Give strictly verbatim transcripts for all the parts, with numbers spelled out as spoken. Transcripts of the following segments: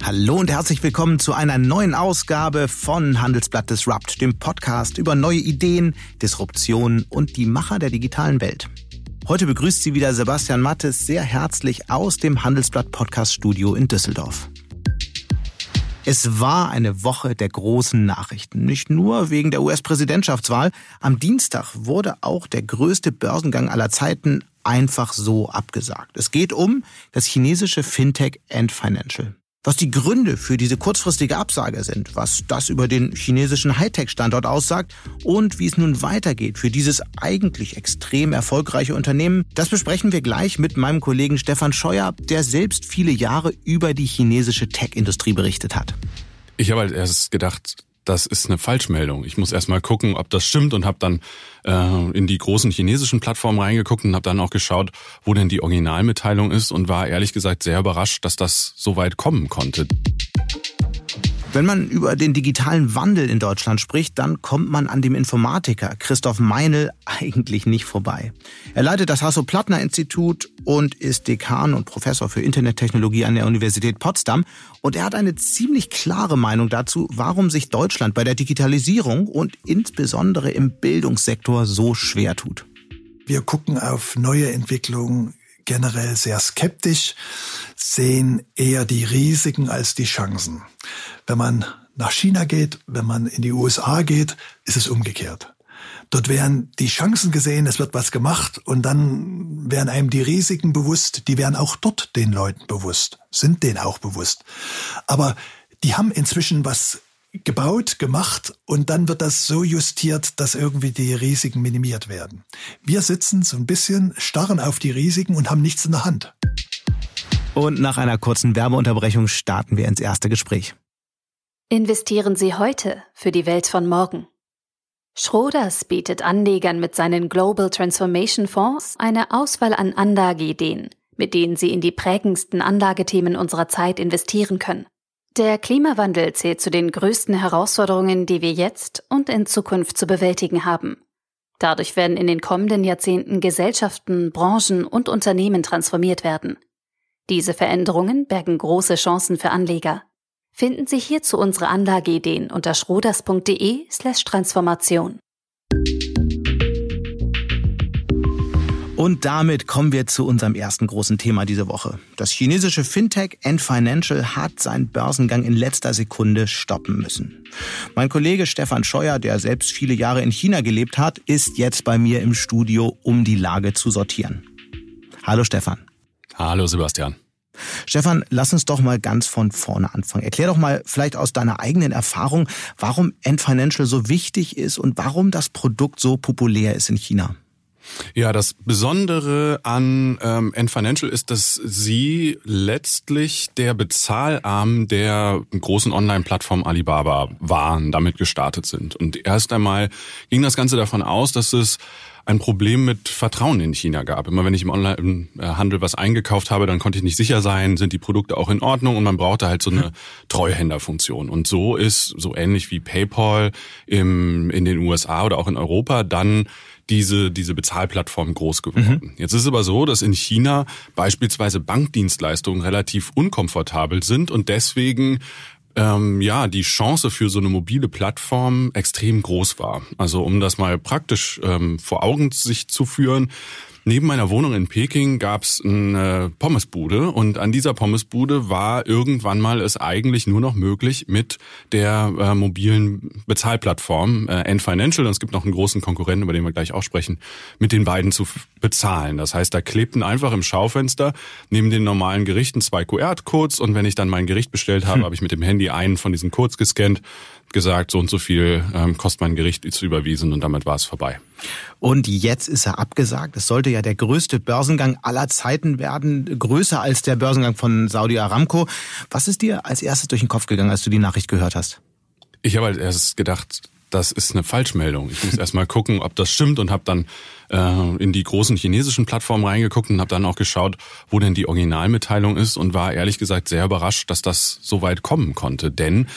Hallo und herzlich willkommen zu einer neuen Ausgabe von Handelsblatt Disrupt, dem Podcast über neue Ideen, Disruption und die Macher der digitalen Welt. Heute begrüßt Sie wieder Sebastian Mattes sehr herzlich aus dem Handelsblatt Podcast Studio in Düsseldorf. Es war eine Woche der großen Nachrichten. Nicht nur wegen der U S-Präsidentschaftswahl. Am Dienstag wurde auch der größte Börsengang aller Zeiten einfach so abgesagt. Es geht um das chinesische Fintech Ant Financial. Was die Gründe für diese kurzfristige Absage sind, was das über den chinesischen Hightech-Standort aussagt und wie es nun weitergeht für dieses eigentlich extrem erfolgreiche Unternehmen, das besprechen wir gleich mit meinem Kollegen Stefan Scheuer, der selbst viele Jahre über die chinesische Tech-Industrie berichtet hat. Ich habe als erstes gedacht, das ist eine Falschmeldung. Ich muss erst mal gucken, ob das stimmt und habe dann äh, in die großen chinesischen Plattformen reingeguckt und habe dann auch geschaut, wo denn die Originalmitteilung ist und war ehrlich gesagt sehr überrascht, dass das so weit kommen konnte. Wenn man über den digitalen Wandel in Deutschland spricht, dann kommt man an dem Informatiker Christoph Meinl eigentlich nicht vorbei. Er leitet das Hasso-Plattner-Institut und ist Dekan und Professor für Internettechnologie an der Universität Potsdam. Und er hat eine ziemlich klare Meinung dazu, warum sich Deutschland bei der Digitalisierung und insbesondere im Bildungssektor so schwer tut. Wir gucken auf neue Entwicklungen generell sehr skeptisch, sehen eher die Risiken als die Chancen. Wenn man nach China geht, wenn man in die U S A geht, ist es umgekehrt. Dort werden die Chancen gesehen, es wird was gemacht und dann werden einem die Risiken bewusst, die werden auch dort den Leuten bewusst, sind denen auch bewusst. Aber die haben inzwischen was gebaut, gemacht und dann wird das so justiert, dass irgendwie die Risiken minimiert werden. Wir sitzen so ein bisschen, starren auf die Risiken und haben nichts in der Hand. Und nach einer kurzen Werbeunterbrechung starten wir ins erste Gespräch. Investieren Sie heute für die Welt von morgen. Schroders bietet Anlegern mit seinen Global Transformation Fonds eine Auswahl an Anlageideen, mit denen sie in die prägendsten Anlagethemen unserer Zeit investieren können. Der Klimawandel zählt zu den größten Herausforderungen, die wir jetzt und in Zukunft zu bewältigen haben. Dadurch werden in den kommenden Jahrzehnten Gesellschaften, Branchen und Unternehmen transformiert werden. Diese Veränderungen bergen große Chancen für Anleger. Finden Sie hierzu unsere Anlageideen unter schroders.de slash Transformation. Und damit kommen wir zu unserem ersten großen Thema diese Woche. Das chinesische Fintech Ant Financial hat seinen Börsengang in letzter Sekunde stoppen müssen. Mein Kollege Stefan Scheuer, der selbst viele Jahre in China gelebt hat, ist jetzt bei mir im Studio, um die Lage zu sortieren. Hallo Stefan. Hallo Sebastian. Stefan, lass uns doch mal ganz von vorne anfangen. Erklär doch mal vielleicht aus deiner eigenen Erfahrung, warum Ant Financial so wichtig ist und warum das Produkt so populär ist in China. Ja, das Besondere an ähm, Ant Financial ist, dass sie letztlich der Bezahlarm der großen Online-Plattform Alibaba waren, damit gestartet sind. Und erst einmal ging das Ganze davon aus, dass es ein Problem mit Vertrauen in China gab. Immer wenn ich im Onlinehandel was eingekauft habe, dann konnte ich nicht sicher sein, sind die Produkte auch in Ordnung, und man brauchte halt so eine Treuhänderfunktion. Und so ist, so ähnlich wie PayPal im, in den U S A oder auch in Europa, dann diese diese Bezahlplattform groß geworden. Mhm. Jetzt ist es aber so, dass in China beispielsweise Bankdienstleistungen relativ unkomfortabel sind und deswegen Ähm, ja, die Chance für so eine mobile Plattform extrem groß war. Also um das mal praktisch ähm, vor Augen sich zu führen: Neben meiner Wohnung in Peking gab's eine Pommesbude, und an dieser Pommesbude war irgendwann mal es eigentlich nur noch möglich, mit der äh, mobilen Bezahlplattform äh, Ant Financial, und es gibt noch einen großen Konkurrenten, über den wir gleich auch sprechen, mit den beiden zu f- bezahlen. Das heißt, da klebten einfach im Schaufenster neben den normalen Gerichten zwei Q R-Codes, und wenn ich dann mein Gericht bestellt habe, hm. habe ich mit dem Handy einen von diesen Codes gescannt, gesagt, so und so viel ähm, kostet mein Gericht, ist überwiesen, und damit war es vorbei. Und jetzt ist er abgesagt. Es sollte ja der größte Börsengang aller Zeiten werden, größer als der Börsengang von Saudi Aramco. Was ist dir als erstes durch den Kopf gegangen, als du die Nachricht gehört hast? Ich habe als erstes gedacht, das ist eine Falschmeldung. Ich muss erst mal gucken, ob das stimmt, und habe dann äh, in die großen chinesischen Plattformen reingeguckt und habe dann auch geschaut, wo denn die Originalmitteilung ist, und war ehrlich gesagt sehr überrascht, dass das so weit kommen konnte. Denn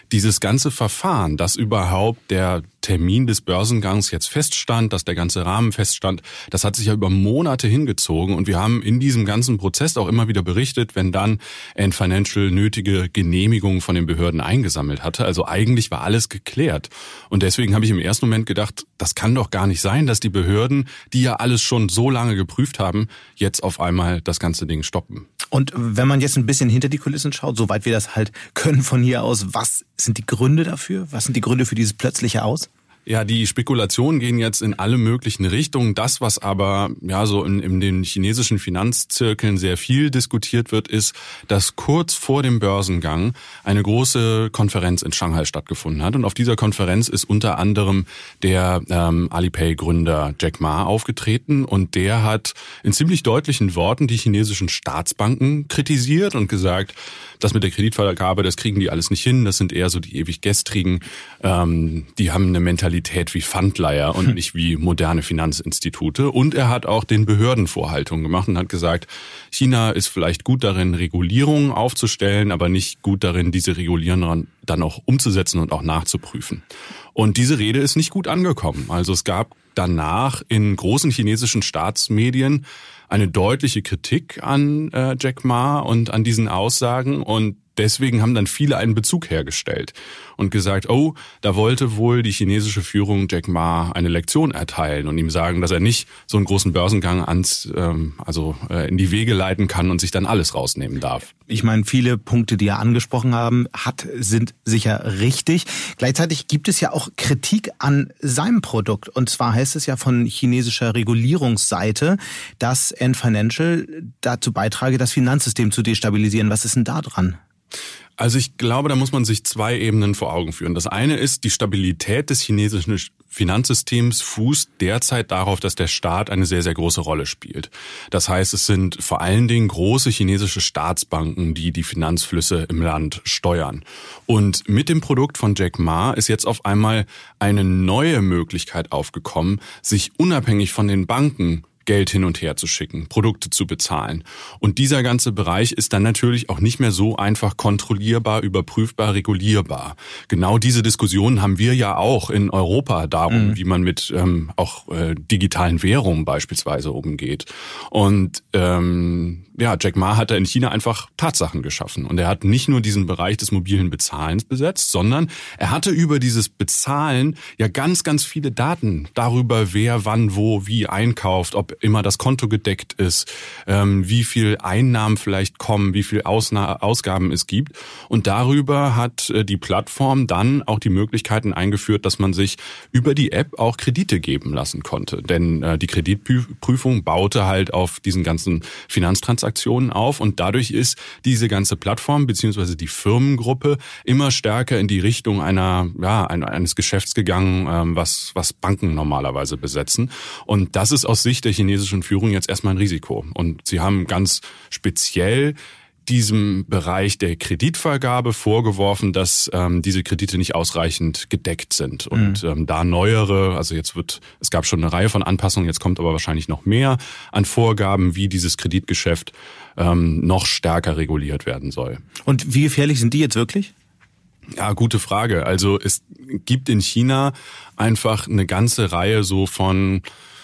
dieses ganze Verfahren, dass überhaupt der Termin des Börsengangs jetzt feststand, dass der ganze Rahmen feststand, das hat sich ja über Monate hingezogen und wir haben in diesem ganzen Prozess auch immer wieder berichtet, wenn dann Ant Financial nötige Genehmigungen von den Behörden eingesammelt hatte. Also eigentlich war alles geklärt. Und deswegen habe ich im ersten Moment gedacht, das kann doch gar nicht sein, dass die Behörden, die ja alles schon so lange geprüft haben, jetzt auf einmal das ganze Ding stoppen. Und wenn man jetzt ein bisschen hinter die Kulissen schaut, soweit wir das halt können von hier aus, was sind die Gründe dafür? Was sind die Gründe für dieses plötzliche Aus? Ja, die Spekulationen gehen jetzt in alle möglichen Richtungen. Das, was aber ja so in, in den chinesischen Finanzzirkeln sehr viel diskutiert wird, ist, dass kurz vor dem Börsengang eine große Konferenz in Shanghai stattgefunden hat. Und auf dieser Konferenz ist unter anderem der ähm, Alipay-Gründer Jack Ma aufgetreten. Und der hat in ziemlich deutlichen Worten die chinesischen Staatsbanken kritisiert und gesagt, das mit der Kreditvergabe, das kriegen die alles nicht hin. Das sind eher so die ewig Gestrigen. Ähm, die haben eine Mentalität wie Pfandleiher und nicht wie moderne Finanzinstitute. Und er hat auch den Behörden Vorhaltungen gemacht und hat gesagt, China ist vielleicht gut darin, Regulierungen aufzustellen, aber nicht gut darin, diese Regulierungen dann auch umzusetzen und auch nachzuprüfen. Und diese Rede ist nicht gut angekommen. Also es gab danach in großen chinesischen Staatsmedien eine deutliche Kritik an äh, Jack Ma und an diesen Aussagen und deswegen haben dann viele einen Bezug hergestellt und gesagt, oh, da wollte wohl die chinesische Führung Jack Ma eine Lektion erteilen und ihm sagen, dass er nicht so einen großen Börsengang ans, ähm, also äh, in die Wege leiten kann und sich dann alles rausnehmen darf. Ich meine, viele Punkte, die er angesprochen haben, hat, sind sicher richtig. Gleichzeitig gibt es ja auch Kritik an seinem Produkt. Und zwar heißt es ja von chinesischer Regulierungsseite, dass Ant Financial dazu beitrage, das Finanzsystem zu destabilisieren. Was ist denn da dran? Also ich glaube, da muss man sich zwei Ebenen vor Augen führen. Das eine ist, die Stabilität des chinesischen Finanzsystems fußt derzeit darauf, dass der Staat eine sehr, sehr große Rolle spielt. Das heißt, es sind vor allen Dingen große chinesische Staatsbanken, die die Finanzflüsse im Land steuern. Und mit dem Produkt von Jack Ma ist jetzt auf einmal eine neue Möglichkeit aufgekommen, sich unabhängig von den Banken Geld hin und her zu schicken, Produkte zu bezahlen. Und dieser ganze Bereich ist dann natürlich auch nicht mehr so einfach kontrollierbar, überprüfbar, regulierbar. Genau diese Diskussionen haben wir ja auch in Europa darum, mhm. wie man mit ähm, auch äh, digitalen Währungen beispielsweise umgeht. Und ähm, ja, Jack Ma hat da in China einfach Tatsachen geschaffen. Und er hat nicht nur diesen Bereich des mobilen Bezahlens besetzt, sondern er hatte über dieses Bezahlen ja ganz, ganz viele Daten darüber, wer wann, wo, wie einkauft, ob immer das Konto gedeckt ist, ähm, wie viel Einnahmen vielleicht kommen, wie viel Ausna- Ausgaben es gibt. Und darüber hat äh, die Plattform dann auch die Möglichkeiten eingeführt, dass man sich über die App auch Kredite geben lassen konnte. Denn äh, die Kreditprüfung baute halt auf diesen ganzen Finanztransaktionen auf und dadurch ist diese ganze Plattform beziehungsweise die Firmengruppe immer stärker in die Richtung einer ja eines Geschäfts gegangen, ähm, was was Banken normalerweise besetzen. Und das ist aus Sicht der chinesischen Führung jetzt erstmal ein Risiko. Und sie haben ganz speziell diesem Bereich der Kreditvergabe vorgeworfen, dass ähm, diese Kredite nicht ausreichend gedeckt sind. Und mhm. ähm, da neuere, also jetzt wird, es gab schon eine Reihe von Anpassungen, jetzt kommt aber wahrscheinlich noch mehr an Vorgaben, wie dieses Kreditgeschäft ähm, noch stärker reguliert werden soll. Und wie gefährlich sind die jetzt wirklich? Ja, gute Frage. Also es gibt in China einfach eine ganze Reihe so von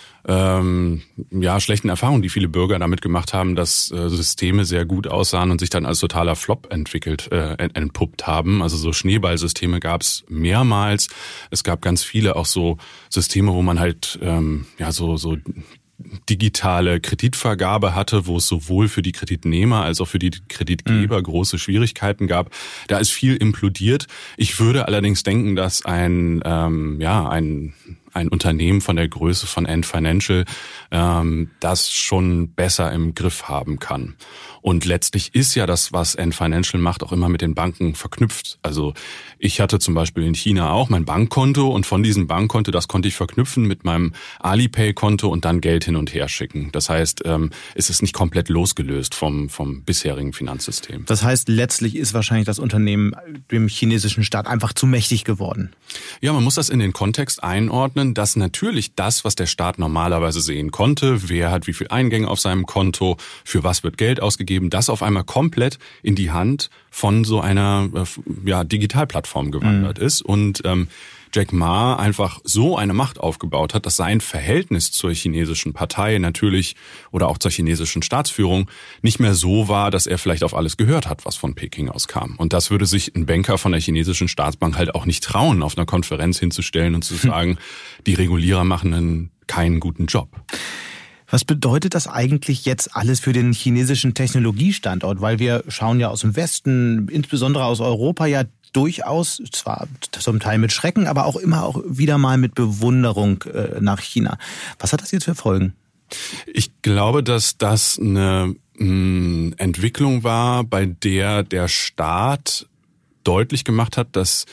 Ähm, ja, schlechten Erfahrungen, die viele Bürger damit gemacht haben, dass äh, Systeme sehr gut aussahen und sich dann als totaler Flop entwickelt, äh, entpuppt haben. Also so Schneeballsysteme gab es mehrmals. Es gab ganz viele auch so Systeme, wo man halt ähm, ja so so digitale Kreditvergabe hatte, wo es sowohl für die Kreditnehmer als auch für die Kreditgeber mhm. große Schwierigkeiten gab. Da ist viel implodiert. Ich würde allerdings denken, dass ein ähm, ja ein ein Unternehmen von der Größe von Ant Financial ähm, das schon besser im Griff haben kann. Und letztlich ist ja das, was Ant Financial macht, auch immer mit den Banken verknüpft. Also ich hatte zum Beispiel in China auch mein Bankkonto und von diesem Bankkonto, das konnte ich verknüpfen mit meinem Alipay-Konto und dann Geld hin und her schicken. Das heißt, ähm, es ist nicht komplett losgelöst vom, vom bisherigen Finanzsystem. Das heißt, letztlich ist wahrscheinlich das Unternehmen dem chinesischen Staat einfach zu mächtig geworden. Ja, man muss das in den Kontext einordnen. leugnen, dass natürlich das, was der Staat normalerweise sehen konnte, wer hat wie viel Eingänge auf seinem Konto, für was wird Geld ausgegeben, das auf einmal komplett in die Hand von so einer ja, Digitalplattform gewandert mhm. ist. Und ähm, Jack Ma einfach so eine Macht aufgebaut hat, dass sein Verhältnis zur chinesischen Partei natürlich oder auch zur chinesischen Staatsführung nicht mehr so war, dass er vielleicht auf alles gehört hat, was von Peking aus kam. Und das würde sich ein Banker von der chinesischen Staatsbank halt auch nicht trauen, auf einer Konferenz hinzustellen und zu sagen, hm. die Regulierer machen einen, keinen guten Job. Was bedeutet das eigentlich jetzt alles für den chinesischen Technologiestandort? Weil wir schauen ja aus dem Westen, insbesondere aus Europa, ja durchaus, zwar zum Teil mit Schrecken, aber auch immer auch wieder mal mit Bewunderung äh, nach China. Was hat das jetzt für Folgen? Ich glaube, dass das eine mh, Entwicklung war, bei der der Staat deutlich gemacht hat, dass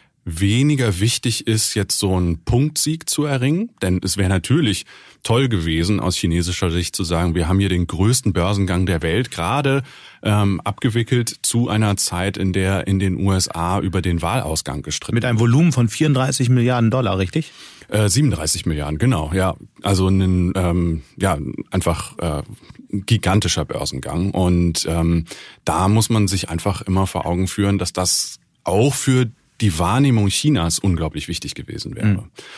weniger wichtig ist, jetzt so einen Punktsieg zu erringen. Denn es wäre natürlich toll gewesen, aus chinesischer Sicht zu sagen, wir haben hier den größten Börsengang der Welt gerade ähm, abgewickelt zu einer Zeit, in der in den U S A über den Wahlausgang gestritten Mit einem Volumen von vierunddreißig Milliarden Dollar, richtig? Äh, siebenunddreißig Milliarden, genau, ja. Also ein ähm, ja einfach äh, gigantischer Börsengang. Und ähm, da muss man sich einfach immer vor Augen führen, dass das auch für die Wahrnehmung Chinas unglaublich wichtig gewesen wäre. Mhm.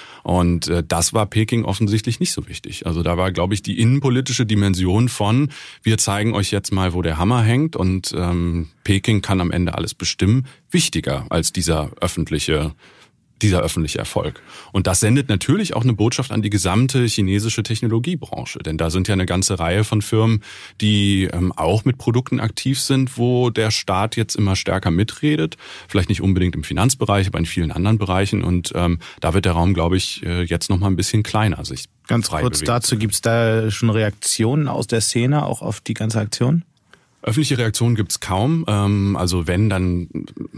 Und äh, das war Peking offensichtlich nicht so wichtig. Also da war, glaube ich, die innenpolitische Dimension von, wir zeigen euch jetzt mal, wo der Hammer hängt und ähm, Peking kann am Ende alles bestimmen, wichtiger als dieser öffentliche dieser öffentliche Erfolg. Und das sendet natürlich auch eine Botschaft an die gesamte chinesische Technologiebranche. Denn da sind ja eine ganze Reihe von Firmen, die ähm, auch mit Produkten aktiv sind, wo der Staat jetzt immer stärker mitredet. Vielleicht nicht unbedingt im Finanzbereich, aber in vielen anderen Bereichen. Und ähm, da wird der Raum, glaube ich, jetzt noch mal ein bisschen kleiner. Sich Ganz kurz dazu, gibt es da schon Reaktionen aus der Szene, auch auf die ganze Aktion? Öffentliche Reaktionen gibt es kaum. Ähm, also wenn, dann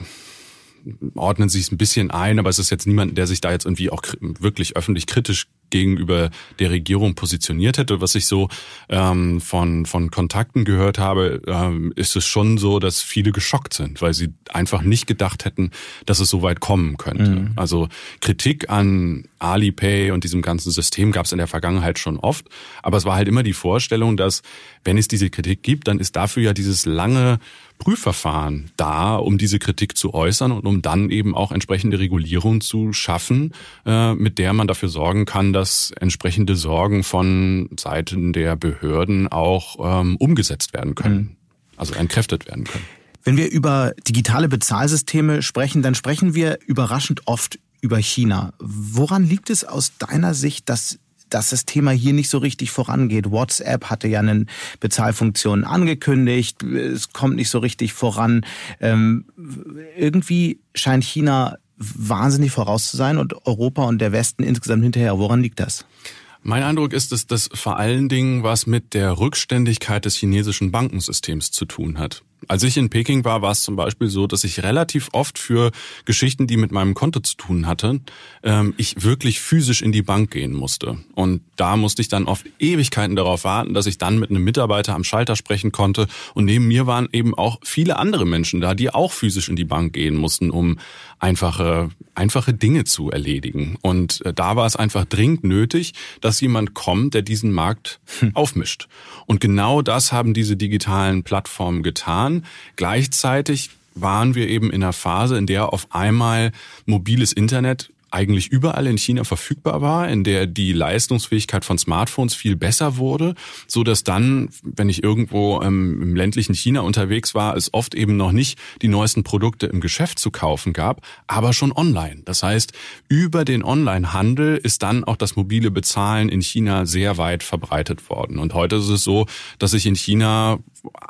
ordnen sie es ein bisschen ein, aber es ist jetzt niemand, der sich da jetzt irgendwie auch wirklich öffentlich kritisch gegenüber der Regierung positioniert hätte. Was ich so ähm, von von Kontakten gehört habe, ähm, ist es schon so, dass viele geschockt sind, weil sie einfach nicht gedacht hätten, dass es so weit kommen könnte. Mhm. Also Kritik an Alipay und diesem ganzen System gab es in der Vergangenheit schon oft, aber es war halt immer die Vorstellung, dass wenn es diese Kritik gibt, dann ist dafür ja dieses lange Prüfverfahren da, um diese Kritik zu äußern und um dann eben auch entsprechende Regulierung zu schaffen, äh, mit der man dafür sorgen kann, dass entsprechende Sorgen von Seiten der Behörden auch ähm, umgesetzt werden können, mhm. also entkräftet werden können. Wenn wir über digitale Bezahlsysteme sprechen, dann sprechen wir überraschend oft über China. Woran liegt es aus deiner Sicht, dass dass das Thema hier nicht so richtig vorangeht? WhatsApp hatte ja eine Bezahlfunktion angekündigt, es kommt nicht so richtig voran. Ähm, irgendwie scheint China wahnsinnig voraus zu sein und Europa und der Westen insgesamt hinterher. Woran liegt das? Mein Eindruck ist, dass das vor allen Dingen was mit der Rückständigkeit des chinesischen Bankensystems zu tun hat. Als ich in Peking war, war es zum Beispiel so, dass ich relativ oft für Geschichten, die mit meinem Konto zu tun hatten, ähm, ich wirklich physisch in die Bank gehen musste. Und da musste ich dann oft Ewigkeiten darauf warten, dass ich dann mit einem Mitarbeiter am Schalter sprechen konnte. Und neben mir waren eben auch viele andere Menschen da, die auch physisch in die Bank gehen mussten, um einfache, einfache Dinge zu erledigen. Und äh, da war es einfach dringend nötig, dass jemand kommt, der diesen Markt hm. aufmischt. Und genau das haben diese digitalen Plattformen getan. Gleichzeitig waren wir eben in einer Phase, in der auf einmal mobiles Internet eigentlich überall in China verfügbar war, in der die Leistungsfähigkeit von Smartphones viel besser wurde, so dass dann, wenn ich irgendwo ähm, im ländlichen China unterwegs war, es oft eben noch nicht die neuesten Produkte im Geschäft zu kaufen gab, aber schon online. Das heißt, über den Onlinehandel ist dann auch das mobile Bezahlen in China sehr weit verbreitet worden. Und heute ist es so, dass ich in China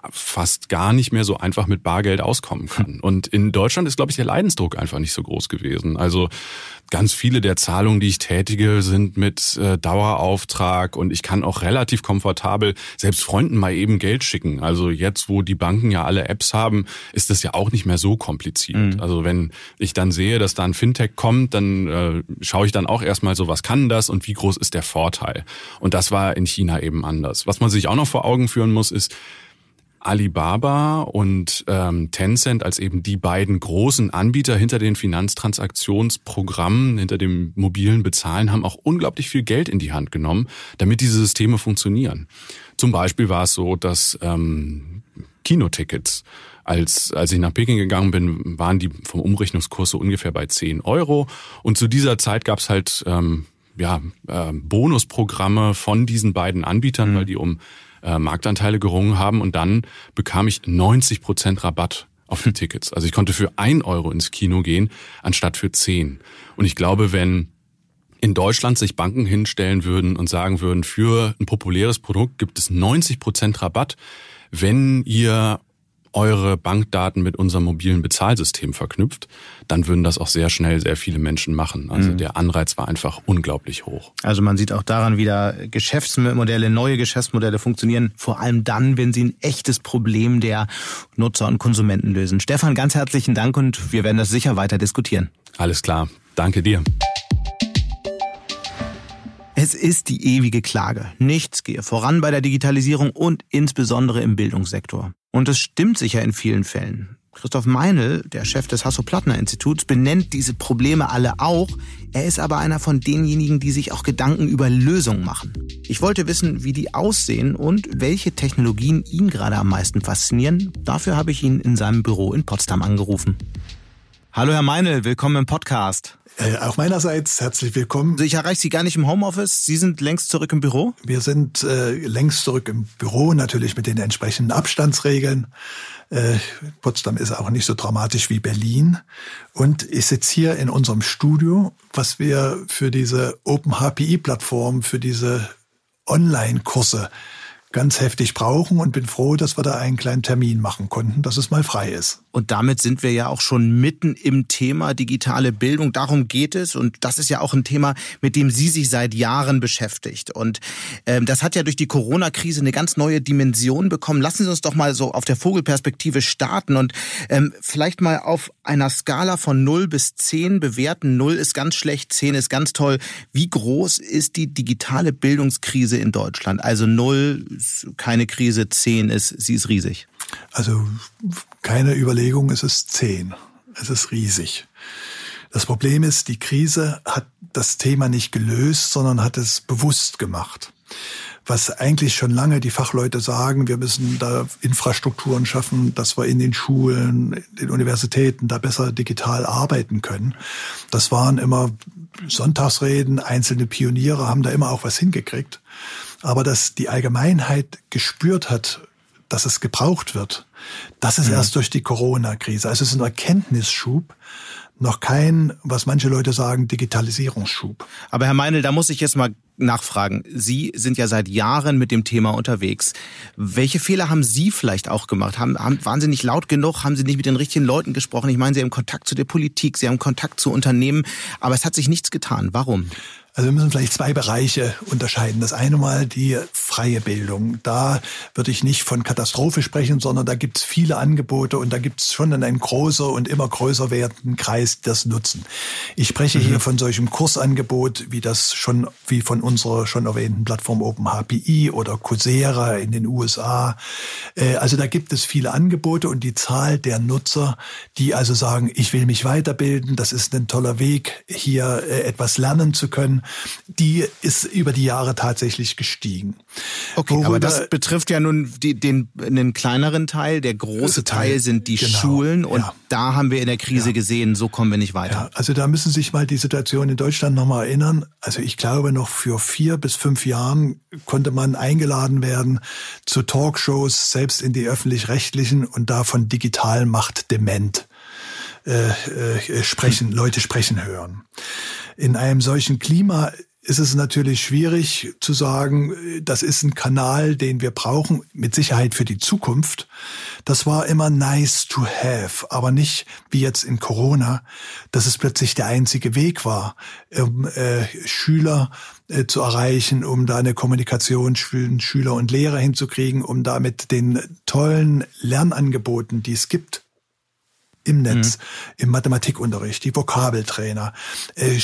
fast gar nicht mehr so einfach mit Bargeld auskommen kann. Und in Deutschland ist, glaube ich, der Leidensdruck einfach nicht so groß gewesen. Also ganz viele der Zahlungen, die ich tätige, sind mit äh, Dauerauftrag und ich kann auch relativ komfortabel selbst Freunden mal eben Geld schicken. Also jetzt, wo die Banken ja alle Apps haben, ist das ja auch nicht mehr so kompliziert. Mhm. Also wenn ich dann sehe, dass da ein Fintech kommt, dann äh, schaue ich dann auch erstmal so, was kann das und wie groß ist der Vorteil? Und das war in China eben anders. Was man sich auch noch vor Augen führen muss, ist, Alibaba und ähm, Tencent als eben die beiden großen Anbieter hinter den Finanztransaktionsprogrammen, hinter dem mobilen Bezahlen, haben auch unglaublich viel Geld in die Hand genommen, damit diese Systeme funktionieren. Zum Beispiel war es so, dass ähm, Kinotickets, als als ich nach Peking gegangen bin, waren die vom Umrechnungskurs so ungefähr bei zehn Euro. Und zu dieser Zeit gab es halt ähm, ja äh, Bonusprogramme von diesen beiden Anbietern, mhm. weil die um Äh, Marktanteile gerungen haben, und dann bekam ich neunzig Prozent Rabatt auf die Tickets. Also ich konnte für ein Euro ins Kino gehen, anstatt für zehn. Und ich glaube, wenn in Deutschland sich Banken hinstellen würden und sagen würden, für ein populäres Produkt gibt es neunzig Prozent Rabatt, wenn ihr eure Bankdaten mit unserem mobilen Bezahlsystem verknüpft, dann würden das auch sehr schnell sehr viele Menschen machen. Also mhm. der Anreiz war einfach unglaublich hoch. Also man sieht auch daran wieder, Geschäftsmodelle, neue Geschäftsmodelle funktionieren vor allem dann, wenn sie ein echtes Problem der Nutzer und Konsumenten lösen. Stefan, ganz herzlichen Dank, und wir werden das sicher weiter diskutieren. Alles klar. Danke dir. Es ist die ewige Klage. Nichts gehe voran bei der Digitalisierung und insbesondere im Bildungssektor. Und es stimmt sicher in vielen Fällen. Christoph Meinl, der Chef des Hasso-Plattner-Instituts, benennt diese Probleme alle auch. Er ist aber einer von denjenigen, die sich auch Gedanken über Lösungen machen. Ich wollte wissen, wie die aussehen und welche Technologien ihn gerade am meisten faszinieren. Dafür habe ich ihn in seinem Büro in Potsdam angerufen. Hallo Herr Meinl, willkommen im Podcast. Äh, auch meinerseits herzlich willkommen. Also ich erreiche Sie gar nicht im Homeoffice, Sie sind längst zurück im Büro? Wir sind äh, längst zurück im Büro, natürlich mit den entsprechenden Abstandsregeln. Äh, Potsdam ist auch nicht so dramatisch wie Berlin. Und ich sitze hier in unserem Studio, was wir für diese Open H P I-Plattform, für diese Online-Kurse ganz heftig brauchen, und bin froh, dass wir da einen kleinen Termin machen konnten, dass es mal frei ist. Und damit sind wir ja auch schon mitten im Thema digitale Bildung. Darum geht es, und das ist ja auch ein Thema, mit dem Sie sich seit Jahren beschäftigt. Und ähm, das hat ja durch die Corona-Krise eine ganz neue Dimension bekommen. Lassen Sie uns doch mal so auf der Vogelperspektive starten und ähm, vielleicht mal auf einer Skala von null bis zehn bewerten. null ist ganz schlecht, zehn ist ganz toll. Wie groß ist die digitale Bildungskrise in Deutschland? Also null ist keine Krise, zehn ist, sie ist riesig. Also keine Überlegung, es ist zehn. Es ist riesig. Das Problem ist, die Krise hat das Thema nicht gelöst, sondern hat es bewusst gemacht. Was eigentlich schon lange die Fachleute sagen, wir müssen da Infrastrukturen schaffen, dass wir in den Schulen, in den Universitäten da besser digital arbeiten können. Das waren immer Sonntagsreden, einzelne Pioniere haben da immer auch was hingekriegt. Aber dass die Allgemeinheit gespürt hat, dass es gebraucht wird, das ist ja. erst durch die Corona-Krise. Also es ist ein Erkenntnisschub, noch kein, was manche Leute sagen, Digitalisierungsschub. Aber Herr Meinl, da muss ich jetzt mal nachfragen. Sie sind ja seit Jahren mit dem Thema unterwegs. Welche Fehler haben Sie vielleicht auch gemacht? Haben, haben, waren Sie nicht laut genug? Haben Sie nicht mit den richtigen Leuten gesprochen? Ich meine, Sie haben Kontakt zu der Politik, Sie haben Kontakt zu Unternehmen, aber es hat sich nichts getan. Warum? Also wir müssen vielleicht zwei Bereiche unterscheiden. Das eine Mal die freie Bildung. Da würde ich nicht von Katastrophe sprechen, sondern da gibt es viele Angebote und da gibt es schon einen großer und immer größer werdenden Kreis, die das nutzen. Ich spreche mhm. hier von solchem Kursangebot, wie das schon, wie von unserer schon erwähnten Plattform Open H P I oder Coursera in den U S A. Also da gibt es viele Angebote, und die Zahl der Nutzer, die also sagen, ich will mich weiterbilden, das ist ein toller Weg, hier etwas lernen zu können, die ist über die Jahre tatsächlich gestiegen. Okay, Worüber, aber das betrifft ja nun die, den einen kleineren Teil. Der große Teil, Teil sind die genau, Schulen, und ja. da haben wir in der Krise ja. gesehen, so kommen wir nicht weiter. Ja, also da müssen Sie sich mal die Situation in Deutschland nochmal erinnern. Also ich glaube, noch für vier bis fünf Jahren konnte man eingeladen werden zu Talkshows, selbst in die öffentlich-rechtlichen, und davon digital macht dement. Äh, äh, sprechen, Leute sprechen hören. In einem solchen Klima ist es natürlich schwierig zu sagen, das ist ein Kanal, den wir brauchen, mit Sicherheit für die Zukunft. Das war immer nice to have, aber nicht wie jetzt in Corona, dass es plötzlich der einzige Weg war, um äh, Schüler äh, zu erreichen, um da eine Kommunikation zwischen Schüler und Lehrer hinzukriegen, um da mit den tollen Lernangeboten, die es gibt, im Netz, mhm. im Mathematikunterricht, die Vokabeltrainer, äh,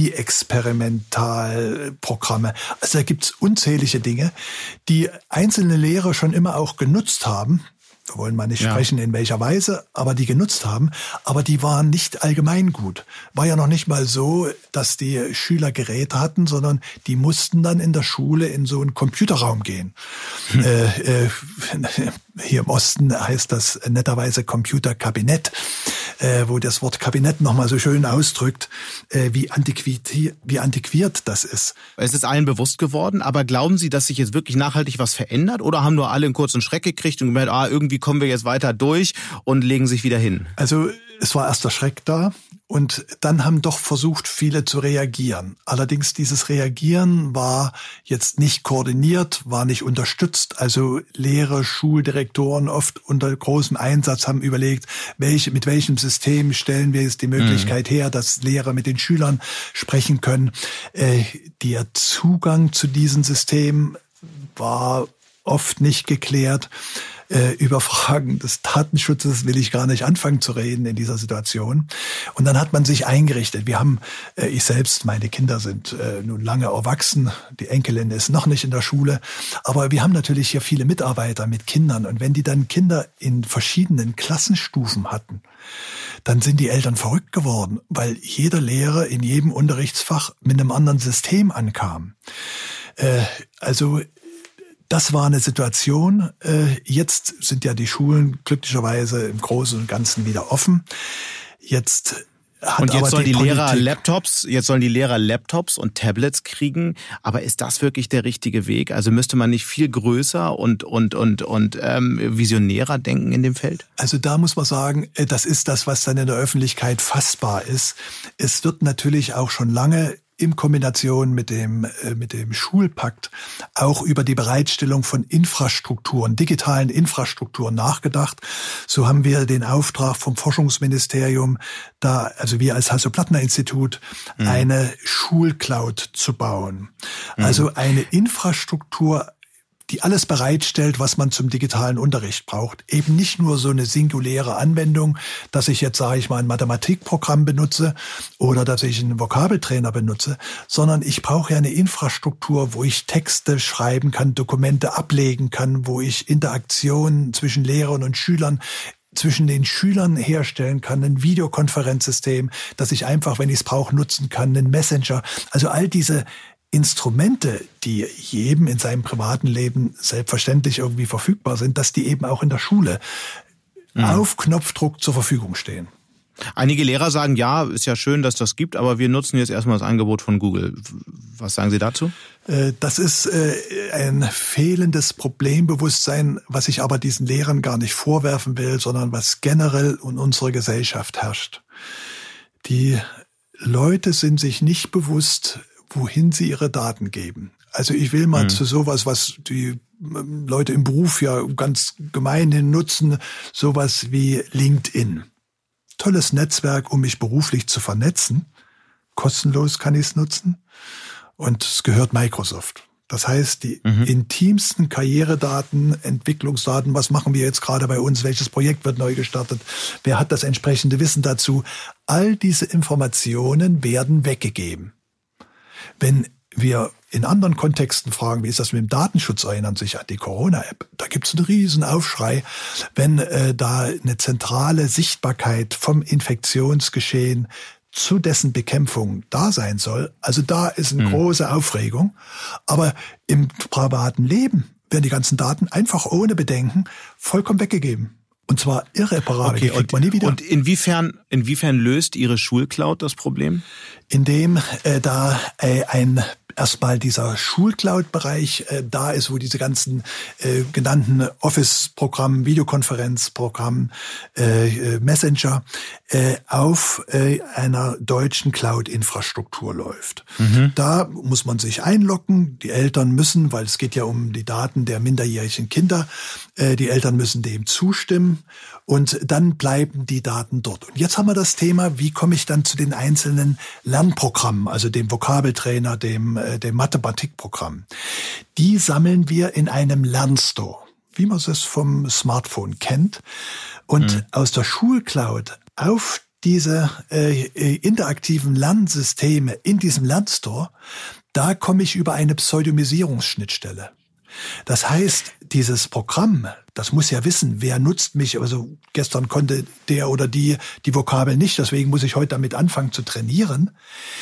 Chemie-Experimentalprogramme. Also da gibt's unzählige Dinge, die einzelne Lehrer schon immer auch genutzt haben, wir wollen mal nicht ja. sprechen, in welcher Weise, aber die genutzt haben. Aber die waren nicht allgemein gut. War ja noch nicht mal so, dass die Schüler Geräte hatten, sondern die mussten dann in der Schule in so einen Computerraum gehen. Hm. Äh, äh, hier im Osten heißt das netterweise Computerkabinett, äh, wo das Wort Kabinett nochmal so schön ausdrückt, äh, wie, antiquiert, wie antiquiert das ist. Es ist allen bewusst geworden, aber glauben Sie, dass sich jetzt wirklich nachhaltig was verändert oder haben nur alle einen kurzen Schreck gekriegt und gemerkt, ah, irgendwie kommen wir jetzt weiter durch und legen sich wieder hin? Also es war erst der Schreck da und dann haben doch versucht, viele zu reagieren. Allerdings dieses Reagieren war jetzt nicht koordiniert, war nicht unterstützt. Also Lehrer, Schuldirektoren oft unter großem Einsatz haben überlegt, welche, mit welchem System stellen wir jetzt die Möglichkeit mhm. her, dass Lehrer mit den Schülern sprechen können. Äh, der Zugang zu diesem System war oft nicht geklärt. Äh, über Fragen des Datenschutzes will ich gar nicht anfangen zu reden in dieser Situation. Und dann hat man sich eingerichtet. Wir haben, äh, ich selbst, meine Kinder sind äh, nun lange erwachsen, die Enkelin ist noch nicht in der Schule, aber wir haben natürlich hier viele Mitarbeiter mit Kindern. Und wenn die dann Kinder in verschiedenen Klassenstufen hatten, dann sind die Eltern verrückt geworden, weil jeder Lehrer in jedem Unterrichtsfach mit einem anderen System ankam. Äh, also Das war eine Situation. Jetzt sind ja die Schulen glücklicherweise im Großen und Ganzen wieder offen. Jetzt hat und jetzt aber sollen die, die Lehrer Politik Laptops, jetzt sollen die Lehrer Laptops und Tablets kriegen. Aber ist das wirklich der richtige Weg? Also müsste man nicht viel größer und und und und ähm, visionärer denken in dem Feld? Also da muss man sagen, das ist das, was dann in der Öffentlichkeit fassbar ist. Es wird natürlich auch schon lange in Kombination mit dem, mit dem Schulpakt auch über die Bereitstellung von Infrastrukturen, digitalen Infrastrukturen nachgedacht. So haben wir den Auftrag vom Forschungsministerium, da, also wir als Hasso-Plattner-Institut, mhm. eine Schulcloud zu bauen. Mhm. Also eine Infrastruktur, die alles bereitstellt, was man zum digitalen Unterricht braucht. Eben nicht nur so eine singuläre Anwendung, dass ich jetzt, sage ich mal, ein Mathematikprogramm benutze oder dass ich einen Vokabeltrainer benutze, sondern ich brauche ja eine Infrastruktur, wo ich Texte schreiben kann, Dokumente ablegen kann, wo ich Interaktionen zwischen Lehrern und Schülern zwischen den Schülern herstellen kann, ein Videokonferenzsystem, das ich einfach, wenn ich es brauche, nutzen kann, einen Messenger. Also all diese Instrumente, die jedem in seinem privaten Leben selbstverständlich irgendwie verfügbar sind, dass die eben auch in der Schule mhm. auf Knopfdruck zur Verfügung stehen. Einige Lehrer sagen, ja, ist ja schön, dass das gibt, aber wir nutzen jetzt erstmal das Angebot von Google. Was sagen Sie dazu? Das ist ein fehlendes Problembewusstsein, was ich aber diesen Lehrern gar nicht vorwerfen will, sondern was generell in unserer Gesellschaft herrscht. Die Leute sind sich nicht bewusst, wohin sie ihre Daten geben. Also ich will mal mhm. zu sowas, was die Leute im Beruf ja ganz gemeinhin nutzen, sowas wie LinkedIn. Tolles Netzwerk, um mich beruflich zu vernetzen. Kostenlos kann ich es nutzen. Und es gehört Microsoft. Das heißt, die mhm. intimsten Karrieredaten, Entwicklungsdaten, was machen wir jetzt gerade bei uns, welches Projekt wird neu gestartet, wer hat das entsprechende Wissen dazu, all diese Informationen werden weggegeben. Wenn wir in anderen Kontexten fragen, wie ist das mit dem Datenschutz, erinnern sich an die Corona-App. Da gibt es einen riesen Aufschrei, wenn äh, da eine zentrale Sichtbarkeit vom Infektionsgeschehen zu dessen Bekämpfung da sein soll. Also da ist eine mhm. große Aufregung. Aber im privaten Leben werden die ganzen Daten einfach ohne Bedenken vollkommen weggegeben. Und zwar irreparabel, okay, die kriegt man nie wieder. Und inwiefern, inwiefern löst Ihre Schulcloud das Problem? Indem äh, da äh, ein erstmal dieser Schulcloud-Bereich äh, da ist, wo diese ganzen äh, genannten Office-Programme, Videokonferenzprogramme, äh, Messenger äh, auf äh, einer deutschen Cloud-Infrastruktur läuft. Mhm. Da muss man sich einloggen. Die Eltern müssen, weil es geht ja um die Daten der minderjährigen Kinder, äh, die Eltern müssen dem zustimmen. Und dann bleiben die Daten dort. Und jetzt haben wir das Thema, wie komme ich dann zu den einzelnen Lernprogrammen, also dem Vokabeltrainer, dem, äh, dem Mathematikprogramm. Die sammeln wir in einem Lernstore, wie man es vom Smartphone kennt. Und mhm. aus der Schulcloud auf diese äh, interaktiven Lernsysteme in diesem Lernstore, da komme ich über eine Pseudomisierungsschnittstelle. Das heißt, dieses Programm, das muss ja wissen, wer nutzt mich. Also gestern konnte der oder die die Vokabel nicht, deswegen muss ich heute damit anfangen zu trainieren.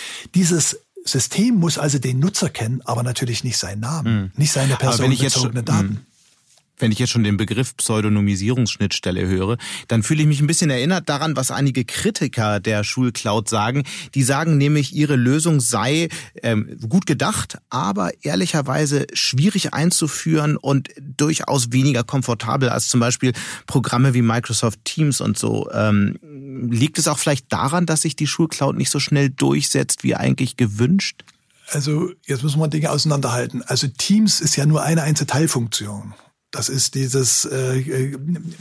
Dieses System muss also den Nutzer kennen, aber natürlich nicht seinen Namen, mhm. nicht seine personenbezogenen Daten. Mh. Wenn ich jetzt schon den Begriff Pseudonymisierungsschnittstelle höre, dann fühle ich mich ein bisschen erinnert daran, was einige Kritiker der Schulcloud sagen. Die sagen nämlich, ihre Lösung sei ähm, gut gedacht, aber ehrlicherweise schwierig einzuführen und durchaus weniger komfortabel als zum Beispiel Programme wie Microsoft Teams und so. Ähm, liegt es auch vielleicht daran, dass sich die Schulcloud nicht so schnell durchsetzt, wie eigentlich gewünscht? Also jetzt müssen wir Dinge auseinanderhalten. Also Teams ist ja nur eine einzige Teilfunktion. Das ist dieses äh,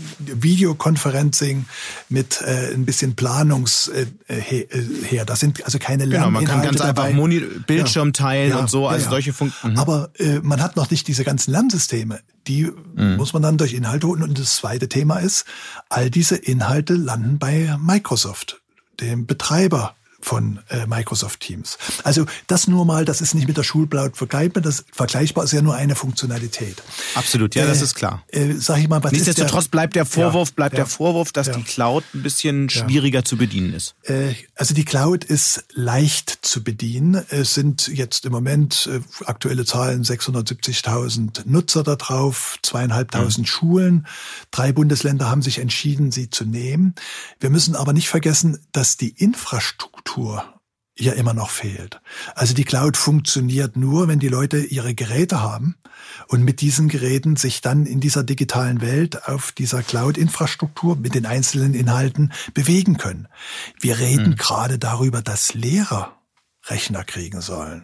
Videoconferencing mit äh, ein bisschen Planungs äh, her. Das sind also keine Lerninhalte. Genau, man kann ganz dabei. einfach Moni- Bildschirm ja. teilen ja, und so, also ja, ja. solche Funktionen. Mhm. Aber äh, man hat noch nicht diese ganzen Lernsysteme. Die mhm. muss man dann durch Inhalte holen. Und das zweite Thema ist, all diese Inhalte landen bei Microsoft, dem Betreiber von äh, Microsoft Teams. Also das nur mal, das ist nicht mit der Schulcloud vergleichbar, das vergleichbar ist ja nur eine Funktionalität. Absolut, ja, äh, das ist klar. Äh, sag ich mal, was Nichtsdestotrotz ist der, bleibt der Vorwurf, ja, bleibt ja, der Vorwurf, dass ja. die Cloud ein bisschen schwieriger ja. zu bedienen ist. Äh, also die Cloud ist leicht zu bedienen. Es sind jetzt im Moment äh, aktuelle Zahlen sechshundertsiebzigtausend Nutzer da drauf, zweieinhalbtausend mhm. Schulen. Drei Bundesländer haben sich entschieden, sie zu nehmen. Wir müssen aber nicht vergessen, dass die Infrastruktur ja immer noch fehlt. Also die Cloud funktioniert nur, wenn die Leute ihre Geräte haben und mit diesen Geräten sich dann in dieser digitalen Welt auf dieser Cloud-Infrastruktur mit den einzelnen Inhalten bewegen können. Wir reden mhm. gerade darüber, dass Lehrer Rechner kriegen sollen.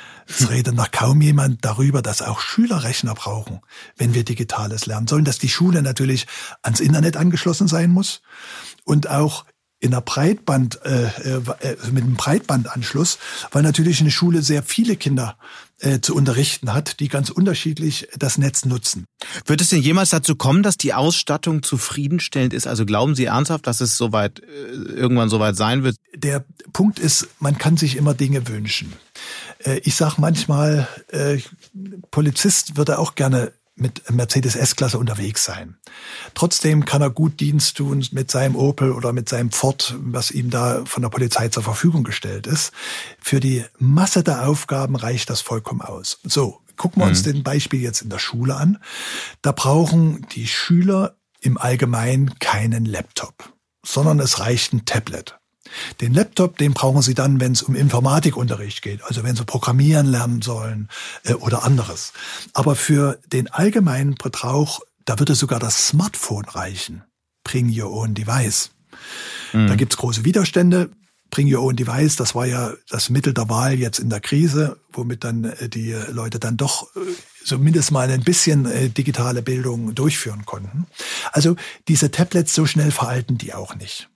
Es redet noch kaum jemand darüber, dass auch Schüler Rechner brauchen, wenn wir Digitales lernen sollen, dass die Schule natürlich ans Internet angeschlossen sein muss und auch in einer Breitband, äh, äh, mit einem Breitbandanschluss, weil natürlich eine Schule sehr viele Kinder äh, zu unterrichten hat, die ganz unterschiedlich das Netz nutzen. Wird es denn jemals dazu kommen, dass die Ausstattung zufriedenstellend ist? Also glauben Sie ernsthaft, dass es soweit äh, irgendwann soweit sein wird? Der Punkt ist, man kann sich immer Dinge wünschen. Äh, ich sage manchmal, äh, Polizist würde auch gerne mit Mercedes S-Klasse unterwegs sein. Trotzdem kann er gut Dienst tun mit seinem Opel oder mit seinem Ford, was ihm da von der Polizei zur Verfügung gestellt ist. Für die Masse der Aufgaben reicht das vollkommen aus. So, gucken wir mhm. uns den Beispiel jetzt in der Schule an. Da brauchen die Schüler im Allgemeinen keinen Laptop, sondern es reicht ein Tablet. Den Laptop, den brauchen Sie dann, wenn es um Informatikunterricht geht, also wenn Sie programmieren lernen sollen äh, oder anderes. Aber für den allgemeinen Gebrauch, da würde sogar das Smartphone reichen. Bring your own device. Mhm. Da gibt's große Widerstände. Bring your own device, das war ja das Mittel der Wahl jetzt in der Krise, womit dann äh, die Leute dann doch äh, zumindest mal ein bisschen äh, digitale Bildung durchführen konnten. Also diese Tablets, so schnell veralten die auch nicht.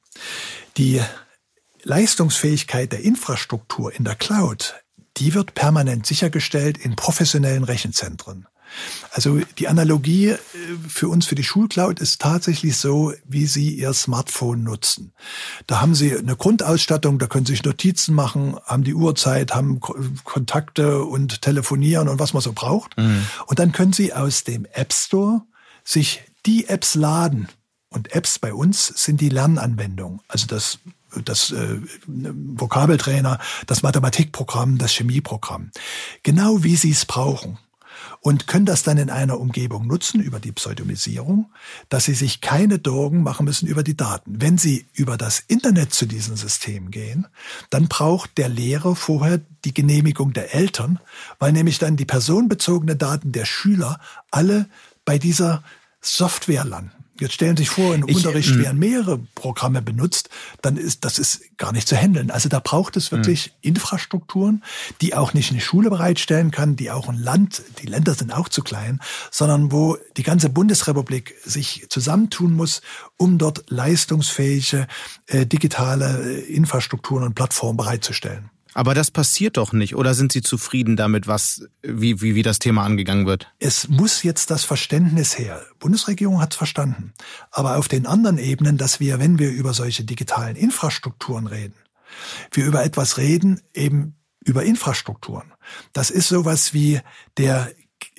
Die Leistungsfähigkeit der Infrastruktur in der Cloud, die wird permanent sichergestellt in professionellen Rechenzentren. Also die Analogie für uns, für die Schulcloud, ist tatsächlich so, wie Sie Ihr Smartphone nutzen. Da haben Sie eine Grundausstattung, da können Sie sich Notizen machen, haben die Uhrzeit, haben Kontakte und telefonieren und was man so braucht. Mhm. Und dann können Sie aus dem App Store sich die Apps laden. Und Apps bei uns sind die Lernanwendungen, also das das äh, Vokabeltrainer, das Mathematikprogramm, das Chemieprogramm. Genau wie Sie es brauchen. Und können das dann in einer Umgebung nutzen über die Pseudonymisierung, dass Sie sich keine Sorgen machen müssen über die Daten. Wenn Sie über das Internet zu diesem System gehen, dann braucht der Lehrer vorher die Genehmigung der Eltern, weil nämlich dann die personenbezogenen Daten der Schüler alle bei dieser Software landen. Jetzt stellen Sie sich vor, im ich, Unterricht werden mehrere Programme benutzt, dann ist das ist gar nicht zu handeln. Also da braucht es wirklich mh. Infrastrukturen, die auch nicht eine Schule bereitstellen kann, die auch ein Land, die Länder sind auch zu klein, sondern wo die ganze Bundesrepublik sich zusammentun muss, um dort leistungsfähige äh, digitale äh, Infrastrukturen und Plattformen bereitzustellen. Aber das passiert doch nicht. Oder sind Sie zufrieden damit, was, wie, wie, wie das Thema angegangen wird? Es muss jetzt das Verständnis her. Die Bundesregierung hat es verstanden. Aber auf den anderen Ebenen, dass wir, wenn wir über solche digitalen Infrastrukturen reden, wir über etwas reden, eben über Infrastrukturen. Das ist sowas wie der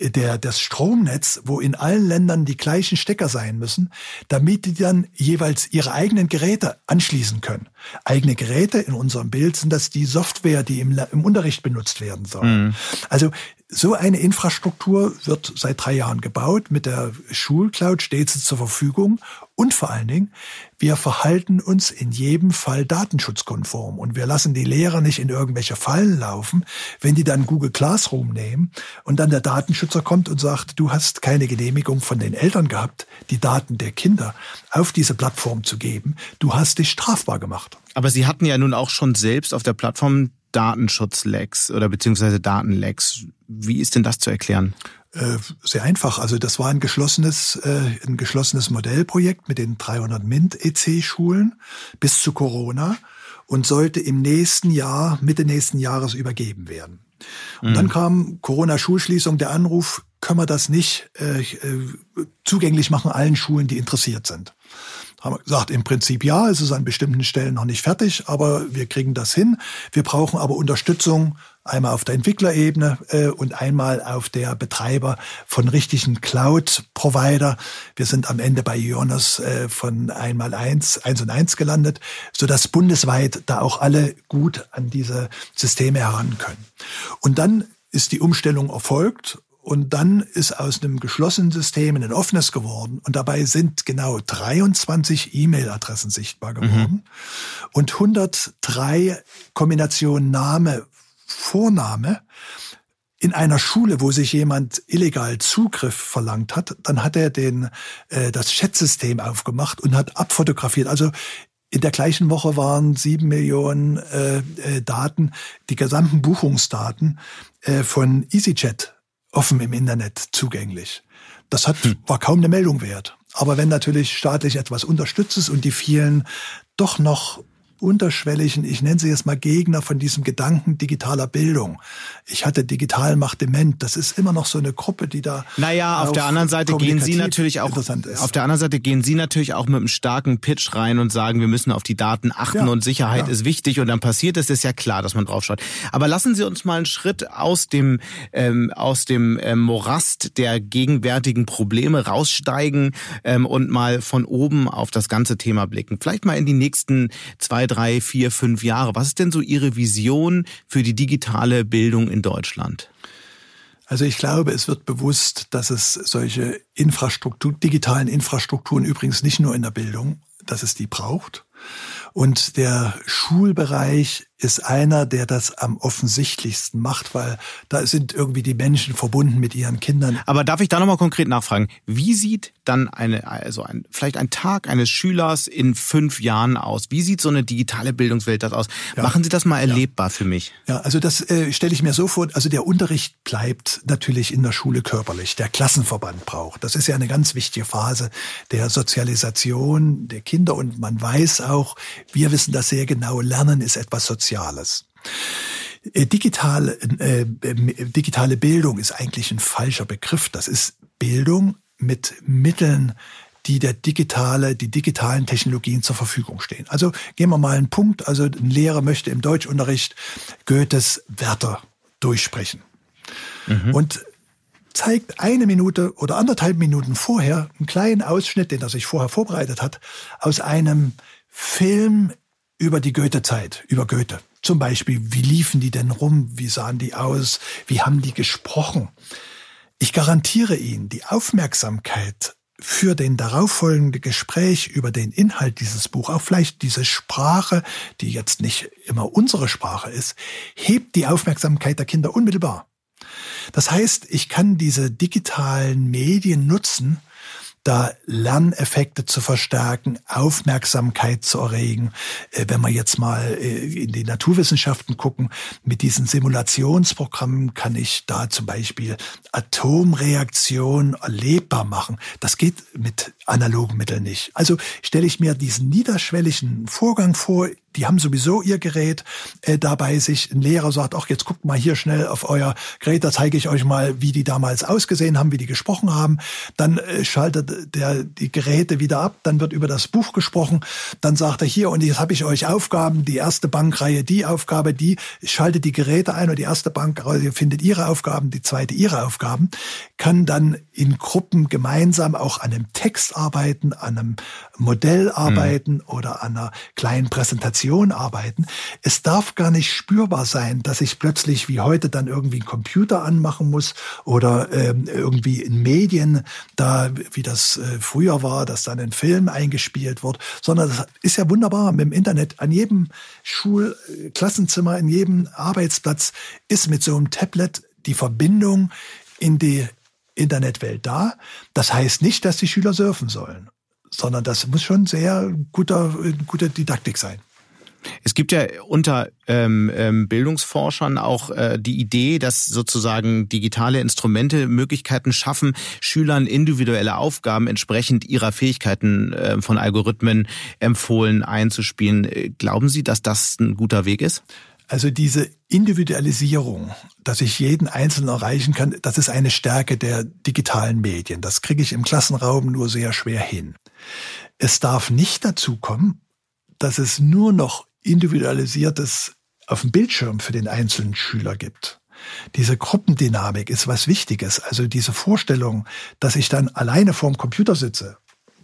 der, das Stromnetz, wo in allen Ländern die gleichen Stecker sein müssen, damit die dann jeweils ihre eigenen Geräte anschließen können. Eigene Geräte, in unserem Bild sind das die Software, die im, im Unterricht benutzt werden soll. Mhm. Also so eine Infrastruktur wird seit drei Jahren gebaut. Mit der Schulcloud steht sie zur Verfügung. Und vor allen Dingen, wir verhalten uns in jedem Fall datenschutzkonform. Und wir lassen die Lehrer nicht in irgendwelche Fallen laufen, wenn die dann Google Classroom nehmen und dann der Datenschützer kommt und sagt, du hast keine Genehmigung von den Eltern gehabt, die Daten der Kinder auf diese Plattform zu geben. Du hast dich strafbar gemacht. Aber Sie hatten ja nun auch schon selbst auf der Plattform Datenschutzlecks oder beziehungsweise Datenlecks. Wie ist denn das zu erklären? Äh, sehr einfach. Also das war ein geschlossenes, äh, ein geschlossenes Modellprojekt mit den dreihundert MINT-E C-Schulen bis zu Corona und sollte im nächsten Jahr, Mitte nächsten Jahres übergeben werden. Und mhm. dann kam Corona-Schulschließung, der Anruf, können wir das nicht äh, äh, zugänglich machen allen Schulen, die interessiert sind. Haben wir gesagt, im Prinzip ja, es ist an bestimmten Stellen noch nicht fertig, aber wir kriegen das hin. Wir brauchen aber Unterstützung, einmal auf der Entwicklerebene äh, und einmal auf der Betreiber von richtigen Cloud-Provider. Wir sind am Ende bei Ionos äh, von einmal eins, eins und eins gelandet, sodass bundesweit da auch alle gut an diese Systeme heran können. Und dann ist die Umstellung erfolgt. Und dann ist aus einem geschlossenen System ein offenes geworden. Und dabei sind genau dreiundzwanzig E-Mail-Adressen sichtbar geworden. Mhm. Und hundertdrei Kombinationen Name, Vorname. In einer Schule, wo sich jemand illegal Zugriff verlangt hat, dann hat er den, äh, das Chatsystem aufgemacht und hat abfotografiert. Also in der gleichen Woche waren sieben Millionen äh, äh, Daten, die gesamten Buchungsdaten äh, von EasyJet offen im Internet zugänglich. Das hat, war kaum eine Meldung wert. Aber wenn natürlich staatlich etwas unterstützt ist und die vielen doch noch unterschwelligen, ich nenne sie jetzt mal Gegner von diesem Gedanken digitaler Bildung. Ich hatte digital macht dement. Das ist immer noch so eine Gruppe, die da. Naja, auf der anderen Seite gehen Sie natürlich auch, auf der anderen Seite gehen Sie natürlich auch mit einem starken Pitch rein und sagen, wir müssen auf die Daten achten ja, und Sicherheit ja. ist wichtig und dann passiert es, ist ja klar, dass man draufschaut. Aber lassen Sie uns mal einen Schritt aus dem, ähm, aus dem ähm, Morast der gegenwärtigen Probleme raussteigen ähm, und mal von oben auf das ganze Thema blicken. Vielleicht mal in die nächsten zwei, drei, vier, fünf Jahre. Was ist denn so Ihre Vision für die digitale Bildung in Deutschland? Also ich glaube, es wird bewusst, dass es solche Infrastruktur, digitalen Infrastrukturen übrigens nicht nur in der Bildung, dass es die braucht. Und der Schulbereich ist einer, der das am offensichtlichsten macht, weil da sind irgendwie die Menschen verbunden mit ihren Kindern. Aber darf ich da nochmal konkret nachfragen? Wie sieht dann eine, also ein, vielleicht ein Tag eines Schülers in fünf Jahren aus? Wie sieht so eine digitale Bildungswelt das aus? Ja. Machen Sie das mal erlebbar ja. für mich. Ja, also das äh, stelle ich mir so vor. Also der Unterricht bleibt natürlich in der Schule körperlich. Der Klassenverband braucht. Das ist ja eine ganz wichtige Phase der Sozialisation der Kinder. Und man weiß auch, wir wissen das sehr genau, Lernen ist etwas Soziales. Digitale, äh, digitale Bildung ist eigentlich ein falscher Begriff. Das ist Bildung mit Mitteln, die der digitale, die digitalen Technologien zur Verfügung stehen. Also gehen wir mal einen Punkt. Also ein Lehrer möchte im Deutschunterricht Goethes Werther durchsprechen. Mhm. Und zeigt eine Minute oder anderthalb Minuten vorher einen kleinen Ausschnitt, den er sich vorher vorbereitet hat, aus einem Film über die Goethe-Zeit, über Goethe. Zum Beispiel, wie liefen die denn rum? Wie sahen die aus? Wie haben die gesprochen? Ich garantiere Ihnen, die Aufmerksamkeit für den darauffolgenden Gespräch über den Inhalt dieses Buches, auch vielleicht diese Sprache, die jetzt nicht immer unsere Sprache ist, hebt die Aufmerksamkeit der Kinder unmittelbar. Das heißt, ich kann diese digitalen Medien nutzen, da Lerneffekte zu verstärken, Aufmerksamkeit zu erregen. Wenn wir jetzt mal in die Naturwissenschaften gucken, mit diesen Simulationsprogrammen kann ich da zum Beispiel Atomreaktionen erlebbar machen. Das geht mit analogen Mitteln nicht. Also stelle ich mir diesen niederschwelligen Vorgang vor, Die haben sowieso ihr Gerät äh, dabei sich. Ein Lehrer sagt, ach, jetzt guckt mal hier schnell auf euer Gerät, da zeige ich euch mal, wie die damals ausgesehen haben, wie die gesprochen haben. Dann äh, schaltet der die Geräte wieder ab, dann wird über das Buch gesprochen. Dann sagt er hier, und jetzt habe ich euch Aufgaben, die erste Bankreihe, die Aufgabe, die schaltet die Geräte ein und die erste Bankreihe findet ihre Aufgaben, die zweite ihre Aufgaben, kann dann in Gruppen gemeinsam auch an einem Text arbeiten, an einem Modell arbeiten mhm. oder an einer kleinen Präsentation arbeiten. Es darf gar nicht spürbar sein, dass ich plötzlich wie heute dann irgendwie einen Computer anmachen muss oder ähm, irgendwie in Medien, da wie das äh, früher war, dass dann ein Film eingespielt wird, sondern das ist ja wunderbar mit dem Internet. An jedem Schulklassenzimmer, in jedem Arbeitsplatz ist mit so einem Tablet die Verbindung in die Internetwelt da. Das heißt nicht, dass die Schüler surfen sollen, sondern das muss schon sehr guter, gute Didaktik sein. Es gibt ja unter ähm, ähm, Bildungsforschern auch äh, die Idee, dass sozusagen digitale Instrumente Möglichkeiten schaffen, Schülern individuelle Aufgaben entsprechend ihrer Fähigkeiten äh, von Algorithmen empfohlen einzuspielen. Glauben Sie, dass das ein guter Weg ist? Also diese Individualisierung, dass ich jeden Einzelnen erreichen kann, das ist eine Stärke der digitalen Medien. Das kriege ich im Klassenraum nur sehr schwer hin. Es darf nicht dazu kommen, dass es nur noch Individualisiertes auf dem Bildschirm für den einzelnen Schüler gibt. Diese Gruppendynamik ist was Wichtiges. Also diese Vorstellung, dass ich dann alleine vorm Computer sitze,